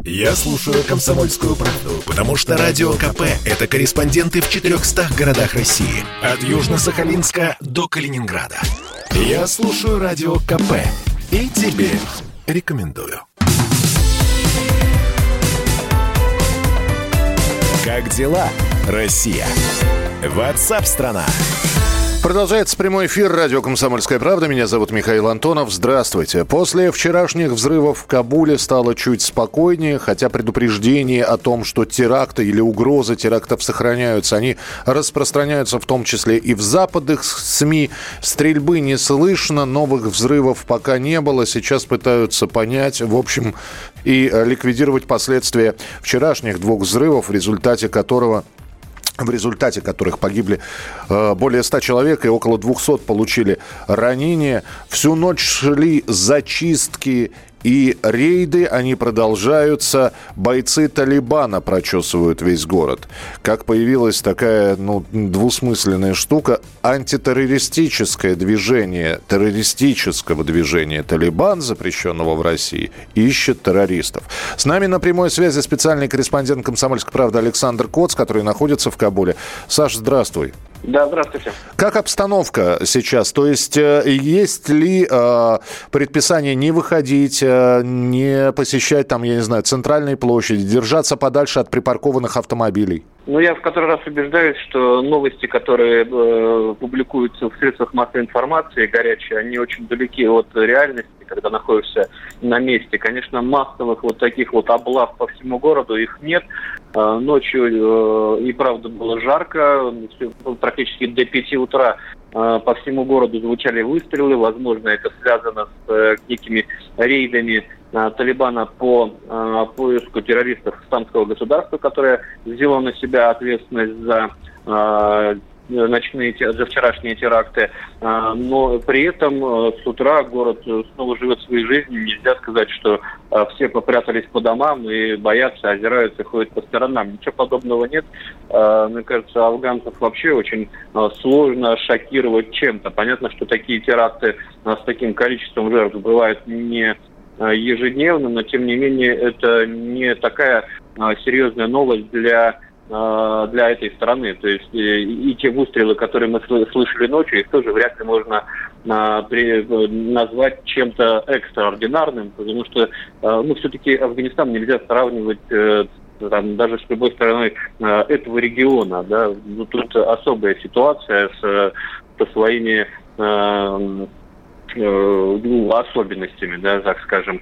Я слушаю «Комсомольскую правду», потому что Радио КП – это корреспонденты в 400 городах России. От Южно-Сахалинска до Калининграда. Я слушаю Радио КП и тебе рекомендую. Как дела, Россия? WhatsApp-страна. Продолжается прямой эфир радио «Комсомольская правда». Меня зовут Михаил Антонов. Здравствуйте. После вчерашних взрывов в Кабуле стало чуть спокойнее, хотя предупреждения о том, что теракты или угрозы терактов сохраняются, они распространяются в том числе и в западных СМИ. Стрельбы не слышно, новых взрывов пока не было. Сейчас пытаются понять, в общем, и ликвидировать последствия вчерашних двух взрывов, в результате которых погибли более 100 человек и около 200 получили ранения. Всю ночь шли зачистки и рейды, они продолжаются. Бойцы Талибана прочесывают весь город. Как появилась такая, двусмысленная штука, антитеррористическое движение, террористического движения Талибан, запрещенного в России, ищет террористов. С нами на прямой связи специальный корреспондент «Комсомольской правды» Александр Коц, который находится в Кабуле. Саш, здравствуй. Да, здравствуйте. Как обстановка сейчас? То есть есть ли предписание не выходить, не посещать центральные площади, держаться подальше от припаркованных автомобилей? Я в который раз убеждаюсь, что новости, которые публикуются в средствах массовой информации, горячие, они очень далеки от реальности, когда находишься на месте. Конечно, массовых таких облав по всему городу их нет. Ночью и правда было жарко, практически до 5 утра по всему городу звучали выстрелы. Возможно, это связано с некими рейдами Талибана по поиску террористов Исламского государства, которое взяло на себя ответственность за вчерашние теракты. Но при этом с утра город снова живет своей жизнью. Нельзя сказать, что все попрятались по домам и боятся, озираются, ходят по сторонам. Ничего подобного нет. Мне кажется, афганцев вообще очень сложно шокировать чем-то. Понятно, что такие теракты с таким количеством жертв бывают не ежедневно, но тем не менее это не такая серьезная новость для этой страны. То есть и те выстрелы, которые мы слышали ночью, их тоже вряд ли можно назвать чем-то экстраординарным, потому что все-таки Афганистан нельзя сравнивать даже с любой стороной этого региона. Да? Тут особая ситуация со своими особенностями, да, так скажем.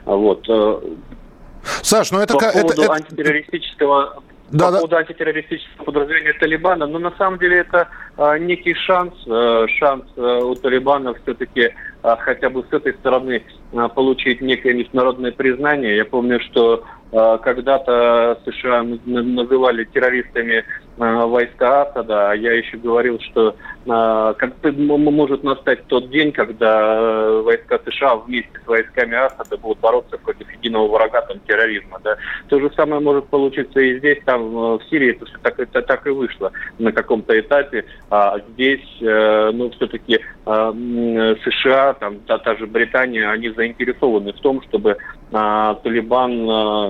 Саш, по поводу антитеррористического... По поводу антитеррористического подразделения Талибана, на самом деле это некий шанс у Талибана все-таки хотя бы с этой стороны получить некое международное признание. Я помню, что когда-то США называли террористами войска Асада, а я еще говорил, что может настать тот день, когда войска США вместе с войсками Асада будут бороться против единого врага терроризма. Да. То же самое может получиться и здесь, в Сирии это все так и вышло на каком-то этапе. А здесь, все-таки США, та же Британия, они заинтересованы в том, чтобы Талибан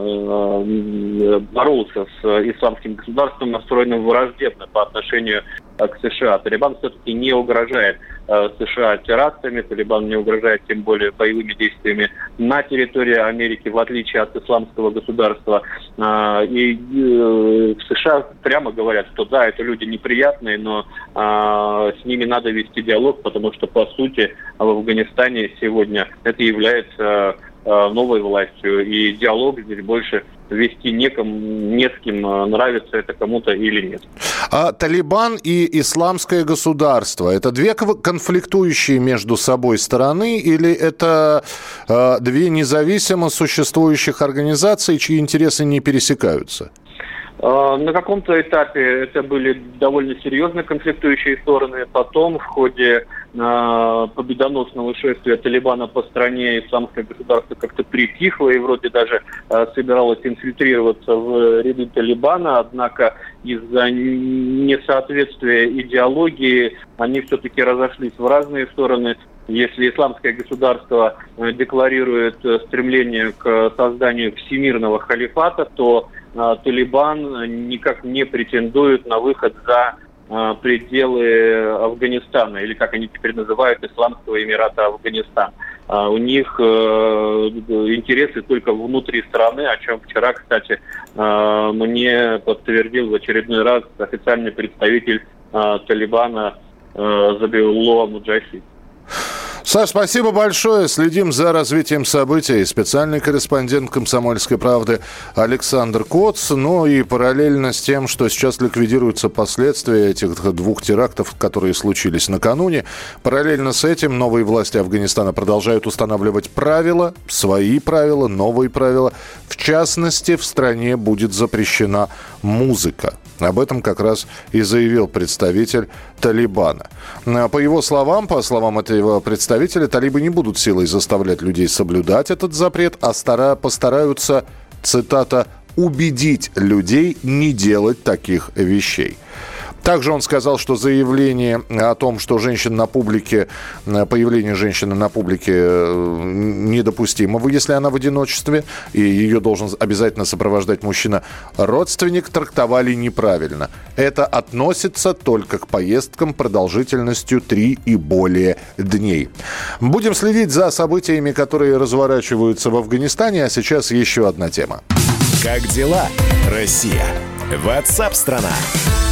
боролся с исламским государством, настроенным враждебно по отношению к США. Талибан все-таки не угрожает США терактами, Талибан не угрожает тем более боевыми действиями на территории Америки, в отличие от исламского государства. И в США прямо говорят, что да, это люди неприятные, но с ними надо вести диалог, потому что, по сути, в Афганистане сегодня это является новой властью, и диалог здесь больше вести не с кем, нравится это кому-то или нет. А Талибан и Исламское государство – это две конфликтующие между собой стороны, или это две независимо существующих организации, чьи интересы не пересекаются? На каком-то этапе это были довольно серьезно конфликтующие стороны. Потом в ходе победоносного шествия Талибана по стране исламское государство как-то притихло и вроде даже собиралось инфильтрироваться в ряды Талибана. Однако из-за несоответствия идеологии они все-таки разошлись в разные стороны. Если исламское государство декларирует стремление к созданию всемирного халифата, то Талибан никак не претендует на выход за пределы Афганистана, или как они теперь называют, Исламского Эмирата Афганистан. У них интересы только внутри страны, о чем вчера, кстати, мне подтвердил в очередной раз официальный представитель Талибана Забиулло Муджахид. Саш, спасибо большое. Следим за развитием событий. Специальный корреспондент «Комсомольской правды» Александр Коц. Ну и параллельно с тем, что сейчас ликвидируются последствия этих двух терактов, которые случились накануне, параллельно с этим новые власти Афганистана продолжают устанавливать правила, свои правила, новые правила. В частности, в стране будет запрещена музыка. Об этом как раз и заявил представитель Талибана. По его словам, по словам этого представителя, талибы не будут силой заставлять людей соблюдать этот запрет, а постараются, цитата, «убедить людей не делать таких вещей». Также он сказал, что заявление о том, что появление женщины на публике недопустимо, если она в одиночестве, и ее должен обязательно сопровождать мужчина-родственник, трактовали неправильно. Это относится только к поездкам продолжительностью 3 и более дней. Будем следить за событиями, которые разворачиваются в Афганистане, а сейчас еще одна тема. Как дела, Россия? WhatsApp-страна.